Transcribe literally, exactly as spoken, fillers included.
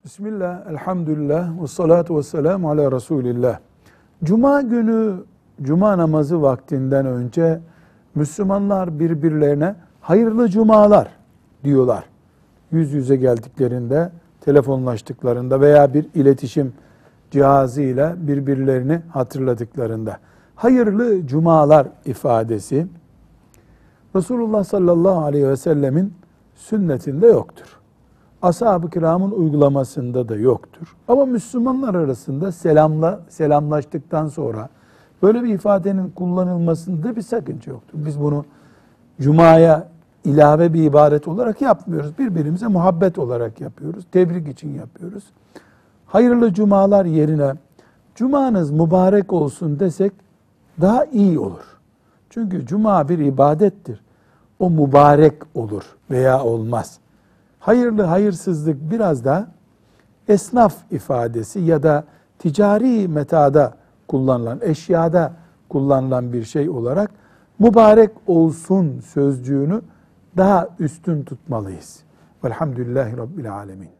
Bismillah, elhamdülillah, ve salatu ve selamu ala Resulillah. Cuma günü, cuma namazı vaktinden önce Müslümanlar birbirlerine hayırlı cumalar diyorlar. Yüz yüze geldiklerinde, telefonlaştıklarında veya bir iletişim cihazıyla birbirlerini hatırladıklarında. Hayırlı cumalar ifadesi Resulullah sallallahu aleyhi ve sellemin sünnetinde yoktur. Ashab-ı kiramın uygulamasında da yoktur. Ama Müslümanlar arasında selamla selamlaştıktan sonra böyle bir ifadenin kullanılmasında bir sakınca yoktur. Biz bunu Cuma'ya ilave bir ibadet olarak yapmıyoruz. Birbirimize muhabbet olarak yapıyoruz. Tebrik için yapıyoruz. Hayırlı cumalar yerine Cumanız mübarek olsun desek daha iyi olur. Çünkü Cuma bir ibadettir. O mübarek olur veya olmaz. Hayırlı, hayırsızlık biraz da esnaf ifadesi ya da ticari metada kullanılan, eşyada kullanılan bir şey olarak mübarek olsun sözcüğünü daha üstün tutmalıyız. Velhamdülillahi Rabbil alemin.